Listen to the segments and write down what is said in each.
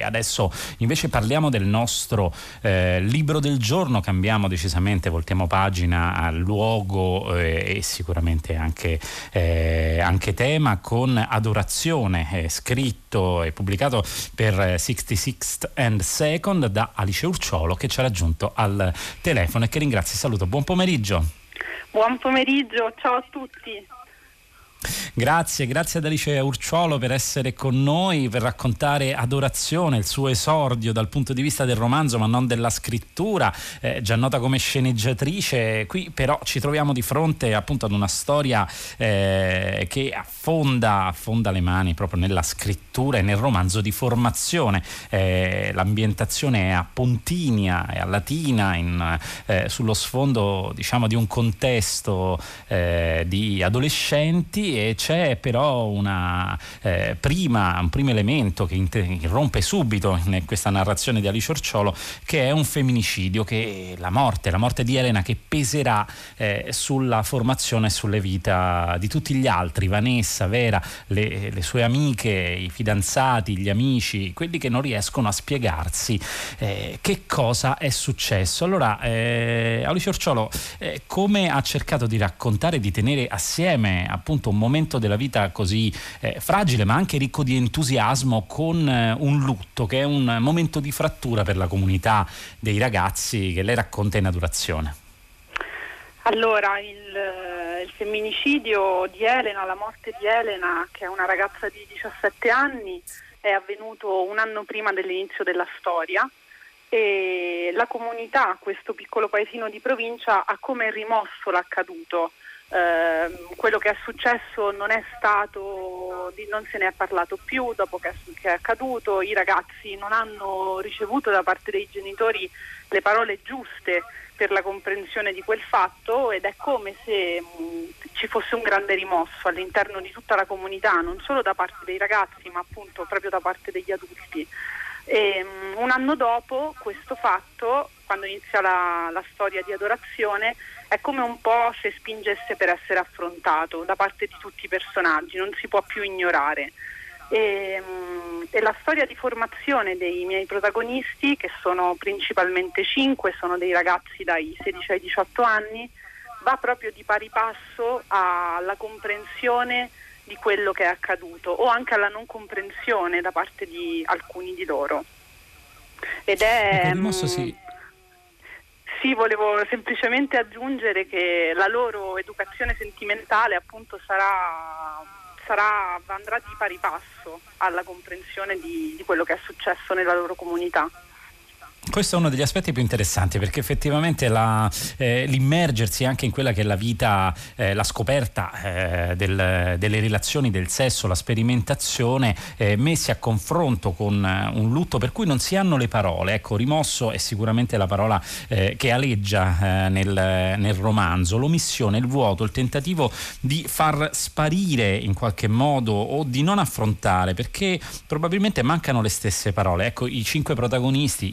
adesso invece parliamo del nostro libro del giorno, cambiamo decisamente, voltiamo pagina al luogo e sicuramente anche tema, con Adorazione, scritto e pubblicato per 66th and Second da Alice Urciolo, che ci ha raggiunto al telefono e che ringrazio e saluto. Buon pomeriggio. Buon pomeriggio, ciao a tutti. Grazie ad Alice Urciolo per essere con noi, per raccontare Adorazione, il suo esordio dal punto di vista del romanzo ma non della scrittura, già nota come sceneggiatrice. Qui però ci troviamo di fronte appunto ad una storia che affonda le mani proprio nella scrittura e nel romanzo di formazione. L'ambientazione è a Pontinia, è a Latina, sullo sfondo diciamo di un contesto di adolescenti, e c'è però un primo elemento che irrompe subito in questa narrazione di Alice Urciolo, che è un femminicidio, che è la morte di Elena, che peserà sulla formazione e sulle vite di tutti gli altri: Vanessa, Vera, le sue amiche, i fidanzati, gli amici, quelli che non riescono a spiegarsi che cosa è successo. Allora Alice Urciolo come ha cercato di raccontare, di tenere assieme appunto un momento della vita così fragile ma anche ricco di entusiasmo con un lutto che è un momento di frattura per la comunità dei ragazzi, che lei racconta in Adorazione. Allora, il femminicidio di Elena, la morte di Elena, che è una ragazza di 17 anni, è avvenuto un anno prima dell'inizio della storia, e la comunità, questo piccolo paesino di provincia, ha come rimosso l'accaduto. Quello che è successo non se ne è parlato più dopo che è accaduto. I ragazzi non hanno ricevuto da parte dei genitori le parole giuste per la comprensione di quel fatto, ed è come se ci fosse un grande rimosso all'interno di tutta la comunità, non solo da parte dei ragazzi ma appunto proprio da parte degli adulti. E un anno dopo questo fatto, quando inizia la storia di Adorazione, è come un po' se spingesse per essere affrontato da parte di tutti i personaggi, non si può più ignorare. E la storia di formazione dei miei protagonisti, che sono principalmente 5, sono dei ragazzi dai 16 ai 18 anni, va proprio di pari passo alla comprensione di quello che è accaduto, o anche alla non comprensione da parte di alcuni di loro. Ed è... Sì, volevo semplicemente aggiungere che la loro educazione sentimentale appunto andrà di pari passo alla comprensione di quello che è successo nella loro comunità. Questo è uno degli aspetti più interessanti, perché effettivamente l'immergersi anche in quella che è la vita, la scoperta delle relazioni, del sesso, la sperimentazione messi a confronto con un lutto per cui non si hanno le parole. Ecco, rimosso è sicuramente la parola che aleggia nel romanzo: l'omissione, il vuoto, il tentativo di far sparire in qualche modo o di non affrontare, perché probabilmente mancano le stesse parole. Ecco, i 5 protagonisti,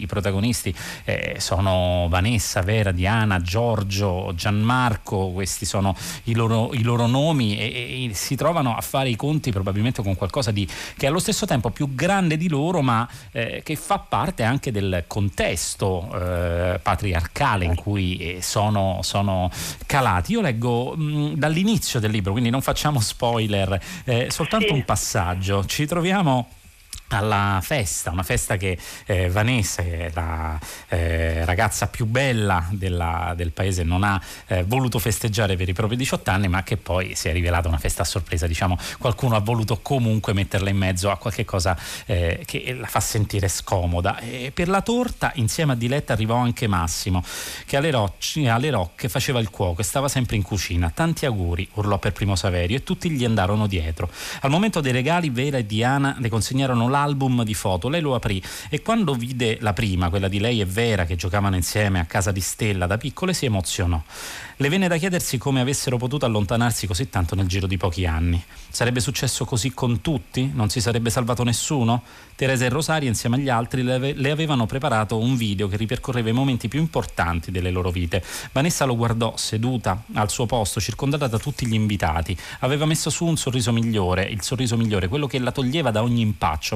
sono Vanessa, Vera, Diana, Giorgio, Gianmarco. Questi sono i loro nomi, e si trovano a fare i conti probabilmente con qualcosa che è allo stesso tempo più grande di loro, ma che fa parte anche del contesto patriarcale in cui sono calati. Io leggo dall'inizio del libro, quindi non facciamo spoiler, soltanto un passaggio. Ci troviamo alla festa, una festa che Vanessa, che è la ragazza più bella del paese, non ha voluto festeggiare per i propri 18 anni, ma che poi si è rivelata una festa a sorpresa. Diciamo, qualcuno ha voluto comunque metterla in mezzo a qualche cosa che la fa sentire scomoda. E per la torta, insieme a Diletta, arrivò anche Massimo, che alle rocche faceva il cuoco e stava sempre in cucina. Tanti auguri, urlò per primo Saverio, e tutti gli andarono dietro. Al momento dei regali, Vera e Diana le consegnarono l'album di foto. Lei lo aprì e quando vide la prima, quella di lei e Vera che giocavano insieme a casa di Stella da piccole, si emozionò. Le venne da chiedersi come avessero potuto allontanarsi così tanto nel giro di pochi anni. Sarebbe successo così con tutti? Non si sarebbe salvato nessuno? Teresa e Rosaria, insieme agli altri, le avevano preparato un video che ripercorreva i momenti più importanti delle loro vite. Vanessa lo guardò seduta al suo posto, circondata da tutti gli invitati. Aveva messo su un sorriso migliore, il sorriso migliore, quello che la toglieva da ogni impaccio, ma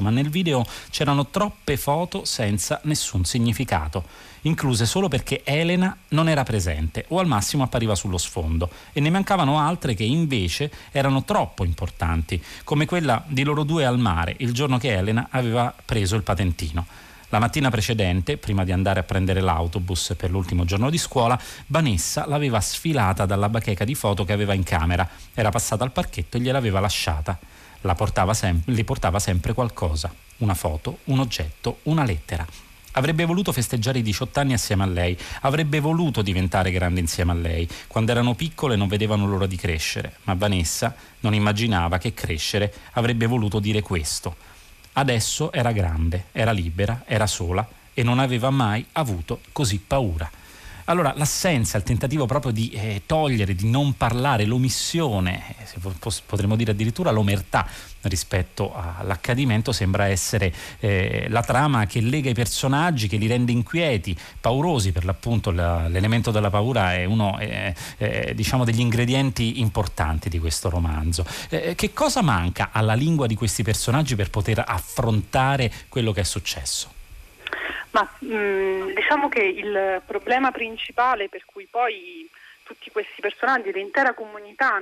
ma nel video c'erano troppe foto senza nessun significato, incluse solo perché Elena non era presente o al massimo appariva sullo sfondo, e ne mancavano altre che invece erano troppo importanti, come quella di loro due al mare il giorno che Elena aveva preso il patentino. La mattina precedente, prima di andare a prendere l'autobus per l'ultimo giorno di scuola, Vanessa l'aveva sfilata dalla bacheca di foto che aveva in camera, era passata al parchetto e gliel'aveva lasciata. Le portava sempre qualcosa, una foto, un oggetto, una lettera. Avrebbe voluto festeggiare i 18 anni assieme a lei, avrebbe voluto diventare grande insieme a lei. Quando erano piccole non vedevano l'ora di crescere, ma Vanessa non immaginava che crescere avrebbe voluto dire questo. Adesso era grande, era libera, era sola e non aveva mai avuto così paura. Allora l'assenza, il tentativo proprio di togliere, di non parlare, l'omissione, potremmo dire addirittura l'omertà rispetto all'accadimento, sembra essere la trama che lega i personaggi, che li rende inquieti, paurosi. Per l'appunto l'elemento della paura è uno diciamo degli ingredienti importanti di questo romanzo. Che cosa manca alla lingua di questi personaggi per poter affrontare quello che è successo? Ma diciamo che il problema principale per cui poi tutti questi personaggi, l'intera comunità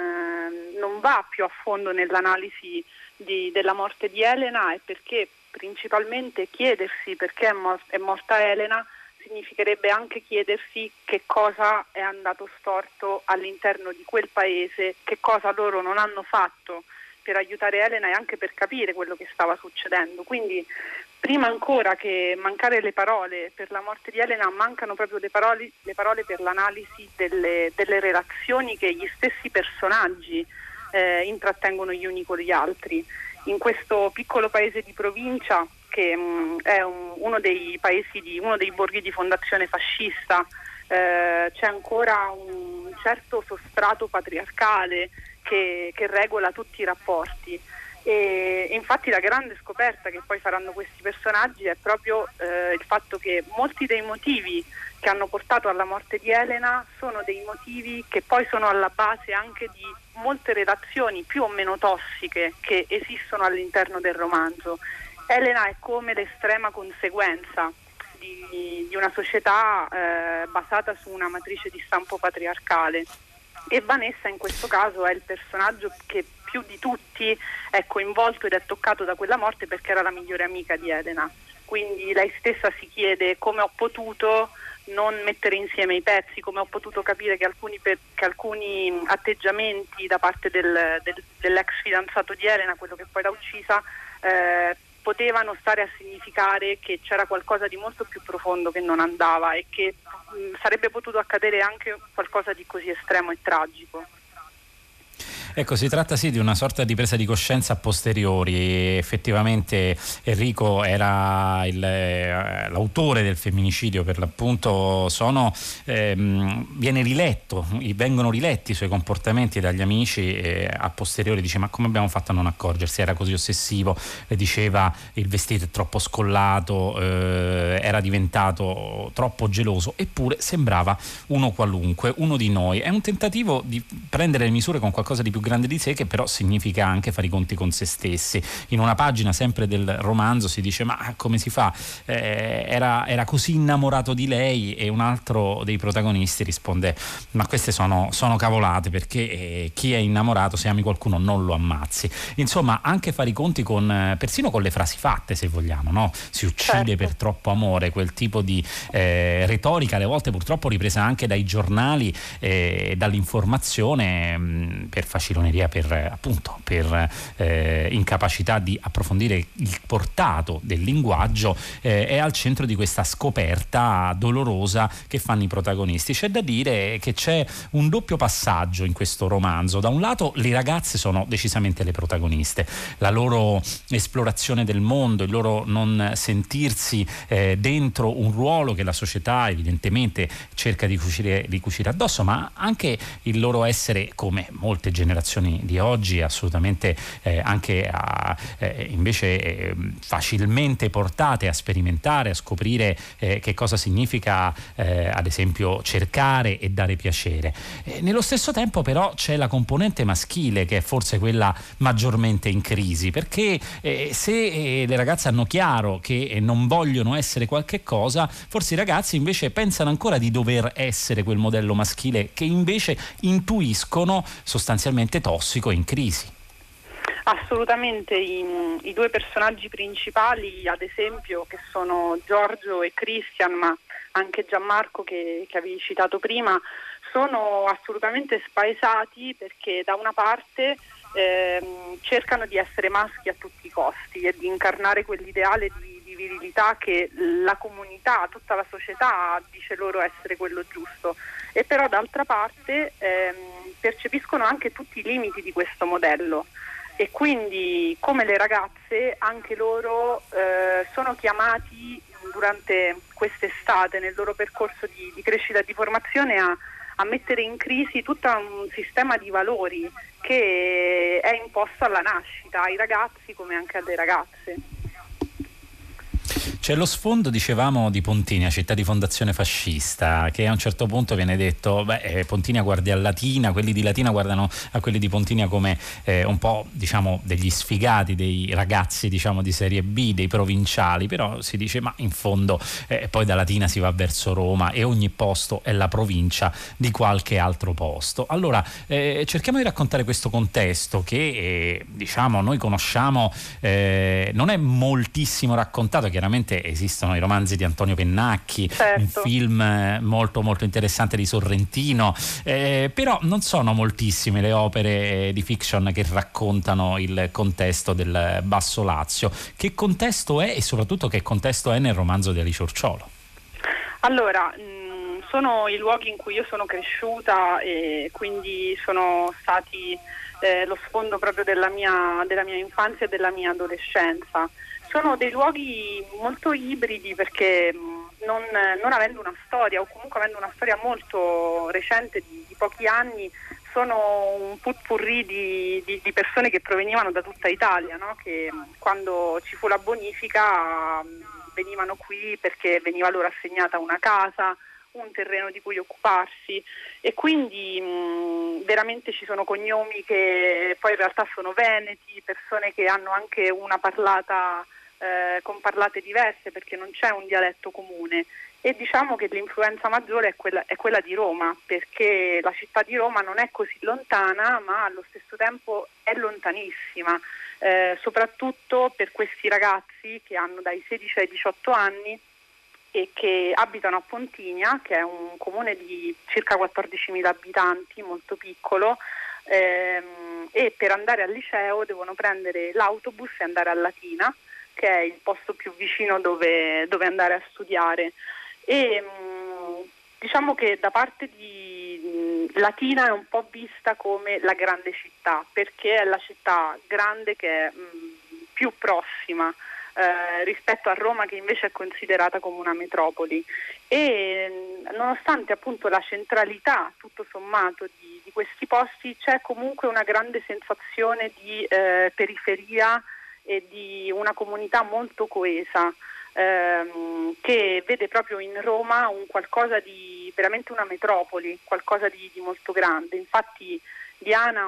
non va più a fondo nell'analisi della morte di Elena è perché principalmente chiedersi perché è morta Elena significherebbe anche chiedersi che cosa è andato storto all'interno di quel paese, che cosa loro non hanno fatto per aiutare Elena e anche per capire quello che stava succedendo. Quindi prima ancora che mancare le parole per la morte di Elena, mancano proprio le parole per l'analisi delle relazioni che gli stessi personaggi intrattengono gli uni con gli altri. In questo piccolo paese di provincia, che è uno dei borghi di fondazione fascista, c'è ancora un certo sostrato patriarcale che regola tutti i rapporti. E infatti la grande scoperta che poi faranno questi personaggi è proprio il fatto che molti dei motivi che hanno portato alla morte di Elena sono dei motivi che poi sono alla base anche di molte relazioni più o meno tossiche che esistono all'interno del romanzo. Elena è come l'estrema conseguenza di una società basata su una matrice di stampo patriarcale, e Vanessa in questo caso è il personaggio che più di tutti è coinvolto ed è toccato da quella morte, perché era la migliore amica di Elena. Quindi lei stessa si chiede come ho potuto non mettere insieme i pezzi, come ho potuto capire che alcuni atteggiamenti da parte dell'ex fidanzato di Elena, quello che poi l'ha uccisa, potevano stare a significare che c'era qualcosa di molto più profondo che non andava e che sarebbe potuto accadere anche qualcosa di così estremo e tragico. Ecco, si tratta sì di una sorta di presa di coscienza a posteriori. Effettivamente Enrico era l'autore del femminicidio, per l'appunto vengono riletti i suoi comportamenti dagli amici e a posteriori dice: ma come abbiamo fatto a non accorgersi, era così ossessivo, le diceva il vestito è troppo scollato, era diventato troppo geloso, eppure sembrava uno qualunque, uno di noi. È un tentativo di prendere le misure con qualcosa di più grande di sé, che però significa anche fare i conti con se stessi. In una pagina sempre del romanzo si dice: ma come si fa? Era così innamorato di lei, e un altro dei protagonisti risponde: ma queste sono cavolate, perché chi è innamorato, se ami qualcuno non lo ammazzi. Insomma, anche fare i conti persino con le frasi fatte, se vogliamo, no? Si uccide per troppo amore, quel tipo di retorica, alle volte purtroppo ripresa anche dai giornali, dall'informazione, per faciloneria, per incapacità di approfondire il portato del linguaggio, è al centro di questa scoperta dolorosa che fanno i protagonisti. C'è da dire che c'è un doppio passaggio in questo romanzo. Da un lato le ragazze sono decisamente le protagoniste, la loro esplorazione del mondo, il loro non sentirsi dentro un ruolo che la società evidentemente cerca di cucire addosso, ma anche il loro essere, come molte generazioni generazioni di oggi assolutamente anche invece facilmente portate a sperimentare, a scoprire che cosa significa ad esempio cercare e dare piacere. Nello stesso tempo però c'è la componente maschile che è forse quella maggiormente in crisi, perché se le ragazze hanno chiaro che non vogliono essere qualche cosa, forse i ragazzi invece pensano ancora di dover essere quel modello maschile che invece intuiscono sostanzialmente tossico e in crisi. Assolutamente, i due personaggi principali, ad esempio, che sono Giorgio e Christian, ma anche Gianmarco che avevi citato prima, sono assolutamente spaesati perché da una parte cercano di essere maschi a tutti i costi e di incarnare quell'ideale di virilità che la comunità, tutta la società dice loro essere quello giusto, e però d'altra parte percepiscono anche tutti i limiti di questo modello. E quindi, come le ragazze, anche loro sono chiamati durante quest'estate, nel loro percorso di crescita e di formazione, a mettere in crisi tutto un sistema di valori che è imposto alla nascita, ai ragazzi come anche alle ragazze. C'è lo sfondo, dicevamo, di Pontinia, città di fondazione fascista, che a un certo punto viene detto Pontinia guardi a Latina, quelli di Latina guardano a quelli di Pontinia come un po', diciamo, degli sfigati, dei ragazzi, diciamo, di serie B, dei provinciali, però si dice ma in fondo poi da Latina si va verso Roma e ogni posto è la provincia di qualche altro posto. Allora cerchiamo di raccontare questo contesto che diciamo noi conosciamo, non è moltissimo raccontato. Chiaramente esistono i romanzi di Antonio Pennacchi, certo, un film molto molto interessante di Sorrentino, però non sono moltissime le opere di fiction che raccontano il contesto del Basso Lazio. Che contesto è e soprattutto che contesto è nel romanzo di Alice Urciolo? Allora, sono i luoghi in cui io sono cresciuta e quindi sono stati lo sfondo proprio della mia infanzia e della mia adolescenza. Sono dei luoghi molto ibridi perché non avendo una storia, o comunque avendo una storia molto recente di pochi anni, sono un potpourri di persone che provenivano da tutta Italia, no? Che quando ci fu la bonifica venivano qui perché veniva loro assegnata una casa, un terreno di cui occuparsi, e quindi veramente ci sono cognomi che poi in realtà sono veneti, persone che hanno anche una parlata con parlate diverse perché non c'è un dialetto comune, e diciamo che l'influenza maggiore è quella di Roma, perché la città di Roma non è così lontana ma allo stesso tempo è lontanissima, soprattutto per questi ragazzi che hanno dai 16 ai 18 anni e che abitano a Pontinia, che è un comune di circa 14.000 abitanti, molto piccolo, e per andare al liceo devono prendere l'autobus e andare a Latina, che è il posto più vicino dove andare a studiare. E diciamo che da parte di Latina è un po' vista come la grande città, perché è la città grande che è più prossima rispetto a Roma, che invece è considerata come una metropoli. E nonostante appunto la centralità tutto sommato di questi posti, c'è comunque una grande sensazione di periferia e di una comunità molto coesa, che vede proprio in Roma un qualcosa di veramente una metropoli, qualcosa di molto grande. Infatti Diana,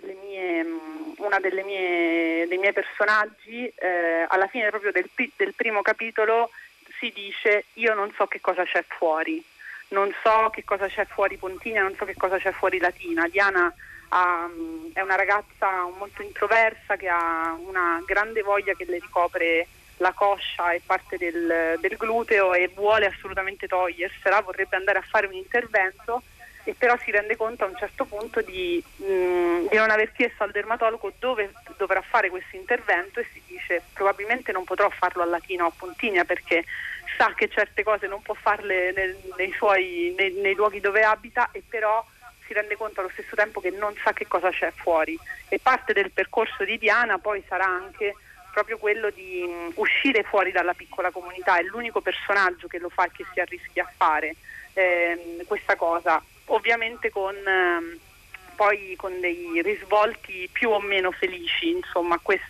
dei miei personaggi, alla fine proprio del primo capitolo si dice: io non so che cosa c'è fuori, non so che cosa c'è fuori Pontinia, non so che cosa c'è fuori Latina. Diana è una ragazza molto introversa che ha una grande voglia che le ricopre la coscia e parte del gluteo e vuole assolutamente togliersela, vorrebbe andare a fare un intervento, e però si rende conto a un certo punto di non aver chiesto al dermatologo dove dovrà fare questo intervento, e si dice: probabilmente non potrò farlo a Latina o a Pontinia, perché sa che certe cose non può farle nei luoghi dove abita, e però si rende conto allo stesso tempo che non sa che cosa c'è fuori. E parte del percorso di Diana poi sarà anche proprio quello di uscire fuori dalla piccola comunità. È l'unico personaggio che lo fa e che si arrischia a fare questa cosa, ovviamente con poi con dei risvolti più o meno felici, insomma,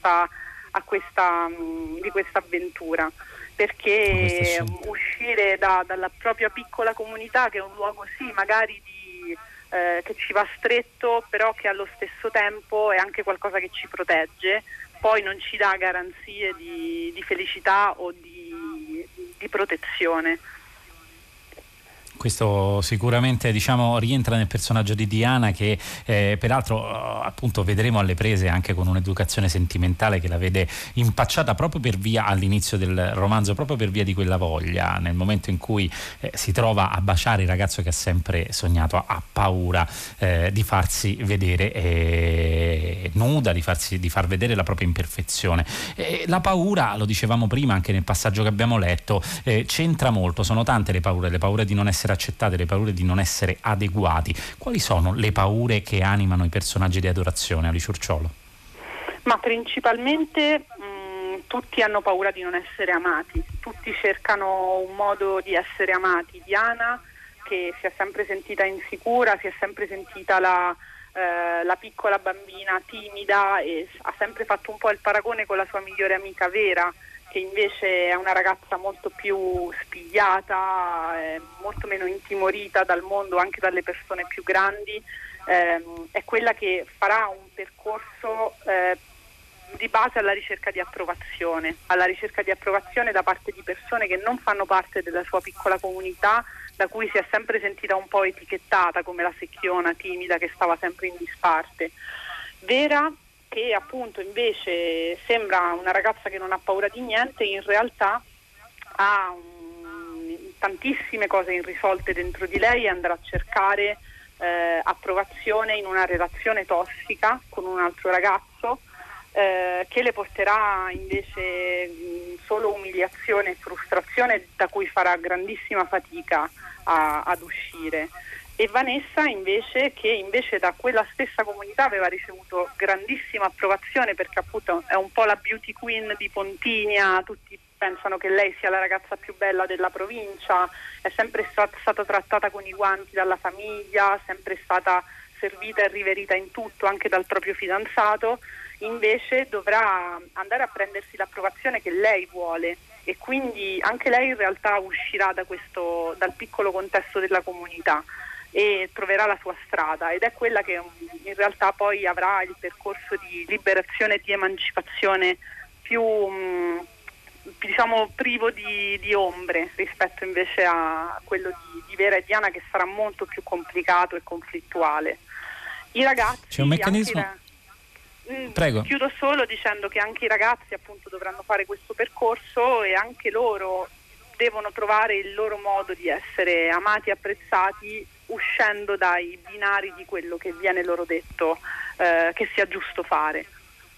di questa avventura, perché uscire dalla propria piccola comunità, che è un luogo sì magari che ci va stretto, però che allo stesso tempo è anche qualcosa che ci protegge, poi non ci dà garanzie di felicità o di protezione. Questo sicuramente, diciamo, rientra nel personaggio di Diana, che peraltro appunto vedremo alle prese anche con un'educazione sentimentale che la vede impacciata proprio per via, all'inizio del romanzo, proprio per via di quella voglia. Nel momento in cui si trova a baciare il ragazzo che ha sempre sognato, ha paura di farsi vedere nuda, di far vedere la propria imperfezione. La paura, lo dicevamo prima anche nel passaggio che abbiamo letto, c'entra molto. Sono tante le paure di non essere accettate, le paure di non essere adeguati. Quali sono le paure che animano i personaggi di Adorazione, Ali Ciurciolo? Ma principalmente tutti hanno paura di non essere amati, tutti cercano un modo di essere amati. Diana, che si è sempre sentita insicura, si è sempre sentita la piccola bambina timida, e ha sempre fatto un po' il paragone con la sua migliore amica Vera, che invece è una ragazza molto più spigliata, molto meno intimorita dal mondo, anche dalle persone più grandi. È quella che farà un percorso di base alla ricerca di approvazione da parte di persone che non fanno parte della sua piccola comunità, da cui si è sempre sentita un po' etichettata come la secchiona timida che stava sempre in disparte. Vera, che appunto invece sembra una ragazza che non ha paura di niente, in realtà ha tantissime cose irrisolte dentro di lei e andrà a cercare approvazione in una relazione tossica con un altro ragazzo, che le porterà invece solo umiliazione e frustrazione, da cui farà grandissima fatica ad uscire. E Vanessa invece, che invece da quella stessa comunità aveva ricevuto grandissima approvazione, perché appunto è un po' la beauty queen di Pontinia, tutti pensano che lei sia la ragazza più bella della provincia, è sempre stata trattata con i guanti dalla famiglia, sempre stata servita e riverita in tutto anche dal proprio fidanzato. Invece dovrà andare a prendersi l'approvazione che lei vuole, e quindi anche lei in realtà uscirà dal piccolo contesto della comunità e troverà la sua strada, ed è quella che in realtà poi avrà il percorso di liberazione e di emancipazione più diciamo privo di ombre, rispetto invece a quello di Vera e Diana, che sarà molto più complicato e conflittuale. I ragazzi, c'è un meccanismo. Prego. Chiudo solo dicendo che anche i ragazzi appunto dovranno fare questo percorso, e anche loro devono trovare il loro modo di essere amati e apprezzati, uscendo dai binari di quello che viene loro detto che sia giusto fare.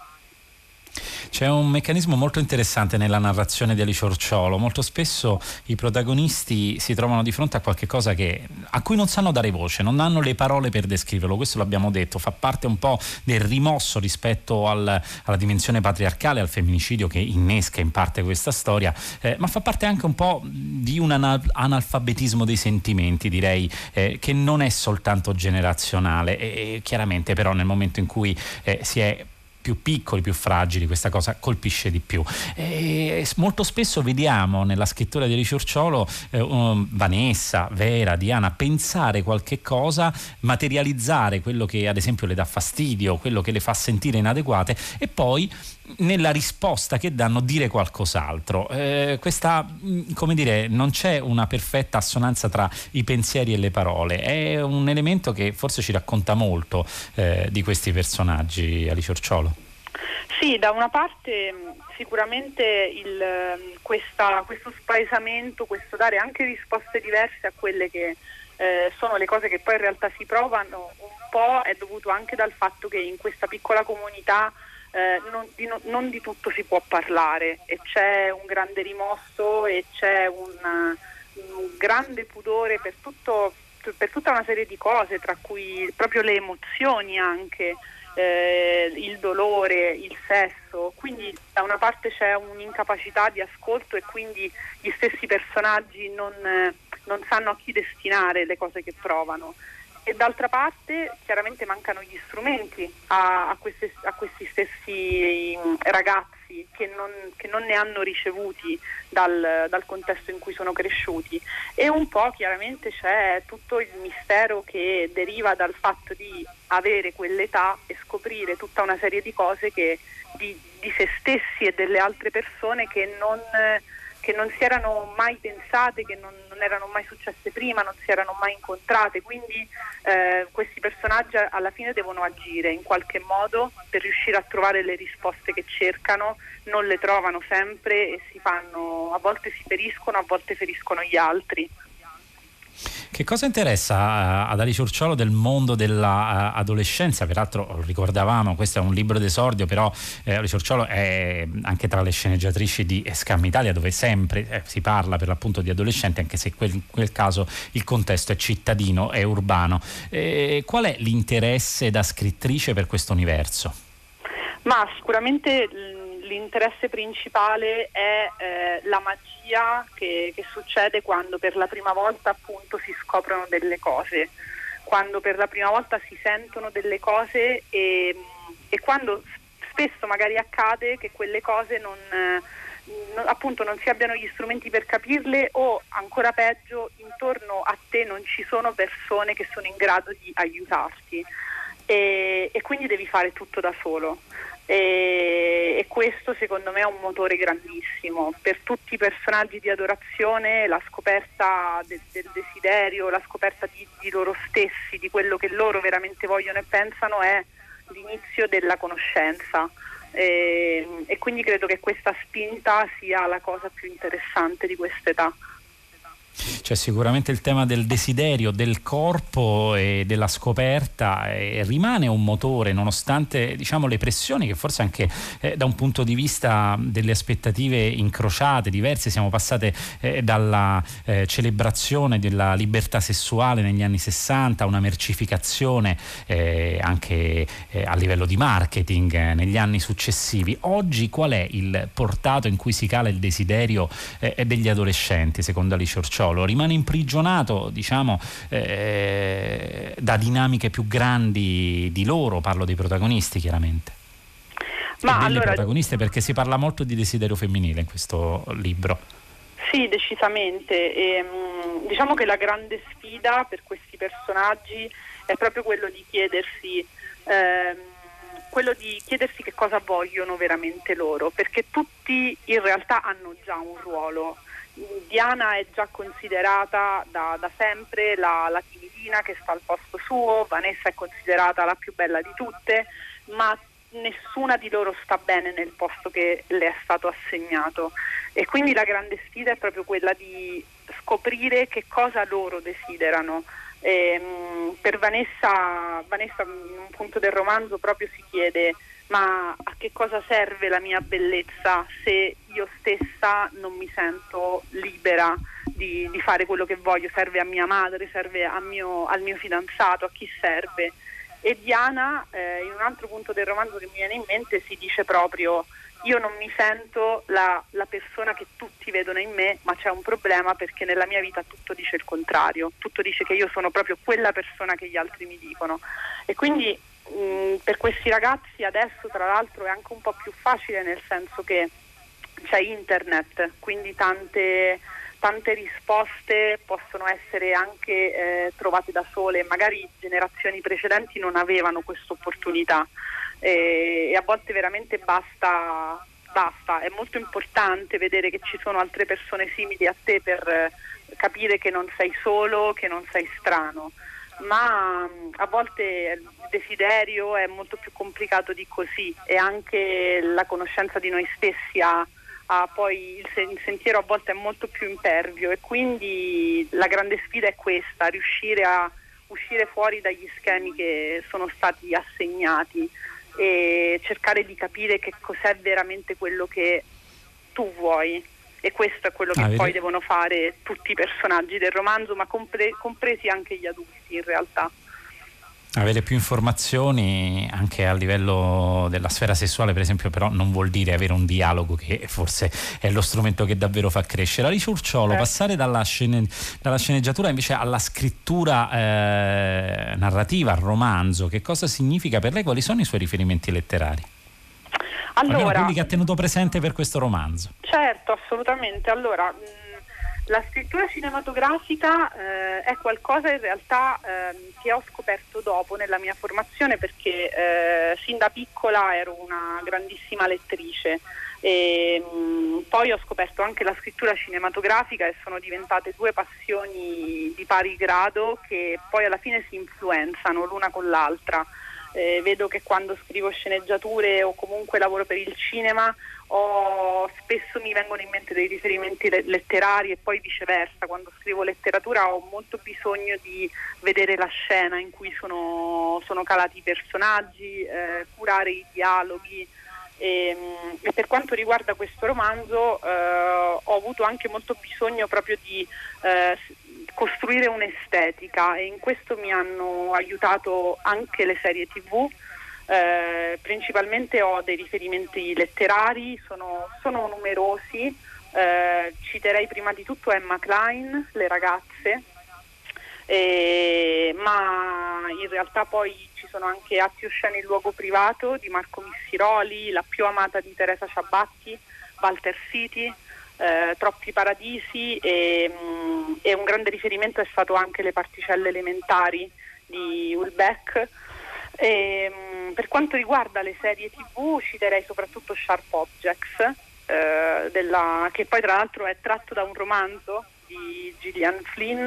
C'è un meccanismo molto interessante nella narrazione di Ali Ciurciolo. Molto spesso i protagonisti si trovano di fronte a qualche cosa a cui non sanno dare voce, non hanno le parole per descriverlo. Questo l'abbiamo detto, fa parte un po' del rimosso rispetto alla dimensione patriarcale, al femminicidio che innesca in parte questa storia, ma fa parte anche un po' di un analfabetismo dei sentimenti, direi, che non è soltanto generazionale, e chiaramente però nel momento in cui si è più piccoli, più fragili, questa cosa colpisce di più. Molto spesso vediamo nella scrittura di Ali Ciurciolo Vanessa, Vera, Diana pensare qualche cosa, materializzare quello che ad esempio le dà fastidio, quello che le fa sentire inadeguate, e poi nella risposta che danno dire qualcos'altro. Questa, come dire, non c'è una perfetta assonanza tra i pensieri e le parole. È un elemento che forse ci racconta molto di questi personaggi, Ali Ciurciolo. Sì, da una parte sicuramente questo spaesamento, questo dare anche risposte diverse a quelle che sono le cose che poi in realtà si provano, un po' è dovuto anche dal fatto che in questa piccola comunità non di tutto si può parlare, e c'è un grande rimosso e c'è un grande pudore per tutta una serie di cose, tra cui proprio le emozioni, anche il dolore, il sesso. Quindi da una parte c'è un'incapacità di ascolto, e quindi gli stessi personaggi non sanno a chi destinare le cose che provano. e d'altra parte chiaramente mancano gli strumenti a questi stessi ragazzi che non ne hanno ricevuti dal contesto in cui sono cresciuti, e un po' chiaramente c'è tutto il mistero che deriva dal fatto di avere quell'età e scoprire tutta una serie di cose di se stessi e delle altre persone che non si erano mai pensate, che non erano mai successe prima, non si erano mai incontrate. Quindi questi personaggi alla fine devono agire in qualche modo per riuscire a trovare le risposte che cercano, non le trovano sempre e a volte si feriscono, a volte feriscono gli altri. Che cosa interessa ad Ali Ciurciolo del mondo dell'adolescenza? Peraltro lo ricordavamo, questo è un libro d'esordio, però Ali Ciurciolo è anche tra le sceneggiatrici di Scam Italia, dove sempre si parla per l'appunto di adolescenti, anche se in quel caso il contesto è cittadino, è urbano. Qual è l'interesse da scrittrice per questo universo? Ma sicuramente l'interesse principale è la magia che succede quando per la prima volta appunto si scoprono delle cose, quando per la prima volta si sentono delle cose e quando spesso magari accade che quelle cose appunto non si abbiano gli strumenti per capirle, o ancora peggio intorno a te non ci sono persone che sono in grado di aiutarti e quindi devi fare tutto da solo. E questo secondo me è un motore grandissimo per tutti i personaggi di Adorazione. La scoperta del desiderio, la scoperta di loro stessi, di quello che loro veramente vogliono e pensano, è l'inizio della conoscenza, e quindi credo che questa spinta sia la cosa più interessante di quest'età. C'è sicuramente il tema del desiderio, del corpo e della scoperta, rimane un motore nonostante, diciamo, le pressioni che forse anche da un punto di vista delle aspettative incrociate, diverse, siamo passate dalla celebrazione della libertà sessuale negli anni 60 a una mercificazione anche a livello di marketing negli anni successivi. Oggi qual è il portato in cui si cala il desiderio degli adolescenti, secondo Ali Ciurciolo? Rimane imprigionato, diciamo, da dinamiche più grandi di loro, parlo dei protagonisti chiaramente. Ma e delle protagoniste, perché si parla molto di desiderio femminile in questo libro. Sì, decisamente. Diciamo che la grande sfida per questi personaggi è proprio quello di chiedersi che cosa vogliono veramente loro, perché tutti in realtà hanno già un ruolo. Diana è già considerata da sempre la timidina che sta al posto suo, Vanessa è considerata la più bella di tutte, ma nessuna di loro sta bene nel posto che le è stato assegnato, e quindi la grande sfida è proprio quella di scoprire che cosa loro desiderano. Per Vanessa in un punto del romanzo proprio si chiede: ma a che cosa serve la mia bellezza se io stessa non mi sento libera di fare quello che voglio? Serve a mia madre, serve al mio fidanzato, a chi serve? E Diana, in un altro punto del romanzo che mi viene in mente, si dice proprio: io non mi sento la persona che tutti vedono in me, ma c'è un problema perché nella mia vita tutto dice il contrario, tutto dice che io sono proprio quella persona che gli altri mi dicono. E quindi per questi ragazzi adesso, tra l'altro, è anche un po' più facile, nel senso che c'è internet, quindi tante risposte possono essere anche trovate da sole. Magari generazioni precedenti non avevano questa opportunità, e a volte veramente basta. È molto importante vedere che ci sono altre persone simili a te per capire che non sei solo, che non sei strano. Ma a volte il desiderio è molto più complicato di così, e anche la conoscenza di noi stessi ha poi il sentiero a volte è molto più impervio, e quindi la grande sfida è questa: riuscire a uscire fuori dagli schemi che sono stati assegnati e cercare di capire che cos'è veramente quello che tu vuoi. E questo è quello che poi devono fare tutti i personaggi del romanzo, ma compresi anche gli adulti in realtà. Avere più informazioni anche a livello della sfera sessuale, per esempio, però non vuol dire avere un dialogo, che forse è lo strumento che davvero fa crescere. Alice Urciolo, passare dalla sceneggiatura invece alla scrittura narrativa, al romanzo, che cosa significa per lei? Quali sono i suoi riferimenti letterari? Almeno quelli che ha tenuto presente per questo romanzo. Certo, assolutamente. Allora, la scrittura cinematografica è qualcosa in realtà che ho scoperto dopo nella mia formazione, perché sin da piccola ero una grandissima lettrice e poi ho scoperto anche la scrittura cinematografica e sono diventate due passioni di pari grado che poi alla fine si influenzano l'una con l'altra. Vedo che quando scrivo sceneggiature o comunque lavoro per il cinema spesso mi vengono in mente dei riferimenti letterari, e poi viceversa, quando scrivo letteratura ho molto bisogno di vedere la scena in cui sono calati i personaggi, curare i dialoghi, e per quanto riguarda questo romanzo ho avuto anche molto bisogno proprio di costruire un'estetica, e in questo mi hanno aiutato anche le serie TV. Principalmente ho dei riferimenti letterari, sono numerosi, citerei prima di tutto Emma Klein, Le ragazze, ma in realtà poi ci sono anche Atti osceni in luogo privato di Marco Missiroli, La più amata di Teresa Ciabatti, Walter City, Troppi paradisi, e un grande riferimento è stato anche Le particelle elementari di Houellebecq. Per quanto riguarda le serie TV citerei soprattutto Sharp Objects, che poi tra l'altro è tratto da un romanzo di Gillian Flynn,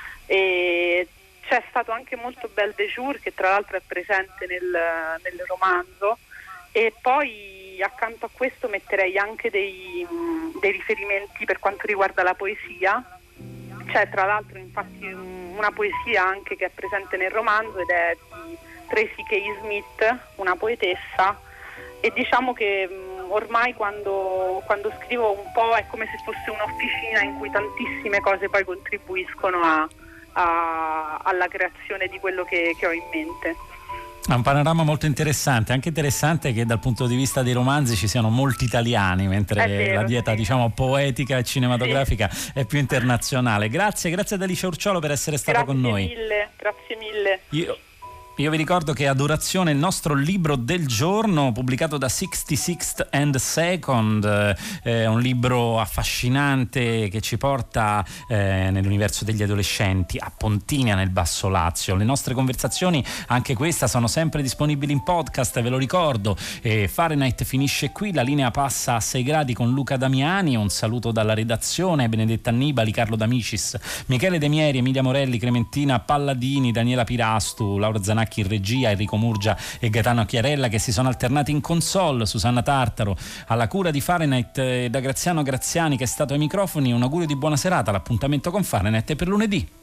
e c'è stato anche molto Belle de Jour, che tra l'altro è presente nel romanzo, e poi accanto a questo metterei anche dei riferimenti per quanto riguarda la poesia. C'è tra l'altro infatti una poesia anche che è presente nel romanzo ed è di Tracy K. Smith, una poetessa, e diciamo che ormai quando scrivo un po' è come se fosse un'officina in cui tantissime cose poi contribuiscono alla creazione di quello che ho in mente. È un panorama molto interessante, anche interessante che dal punto di vista dei romanzi ci siano molti italiani, mentre la dieta diciamo poetica e cinematografica è più internazionale. Grazie ad Alice Urciolo per essere stata con noi. Grazie mille. Io vi ricordo che Adorazione è il nostro libro del giorno, pubblicato da 66th and Second, è un libro affascinante che ci porta nell'universo degli adolescenti a Pontinia nel Basso Lazio. Le nostre conversazioni, anche questa, sono sempre disponibili in podcast, ve lo ricordo. Fahrenheit finisce qui, la linea passa a 6 gradi con Luca Damiani. Un saluto dalla redazione: Benedetta Annibali, Carlo D'Amicis, Michele De Mieri, Emilia Morelli, Clementina Palladini, Daniela Pirastu, Laura Zanacchi in regia, Enrico Murgia e Gaetano Chiarella che si sono alternati in console, Susanna Tartaro alla cura di Fahrenheit, da Graziano Graziani che è stato ai microfoni. Un augurio di buona serata, l'appuntamento con Fahrenheit è per lunedì.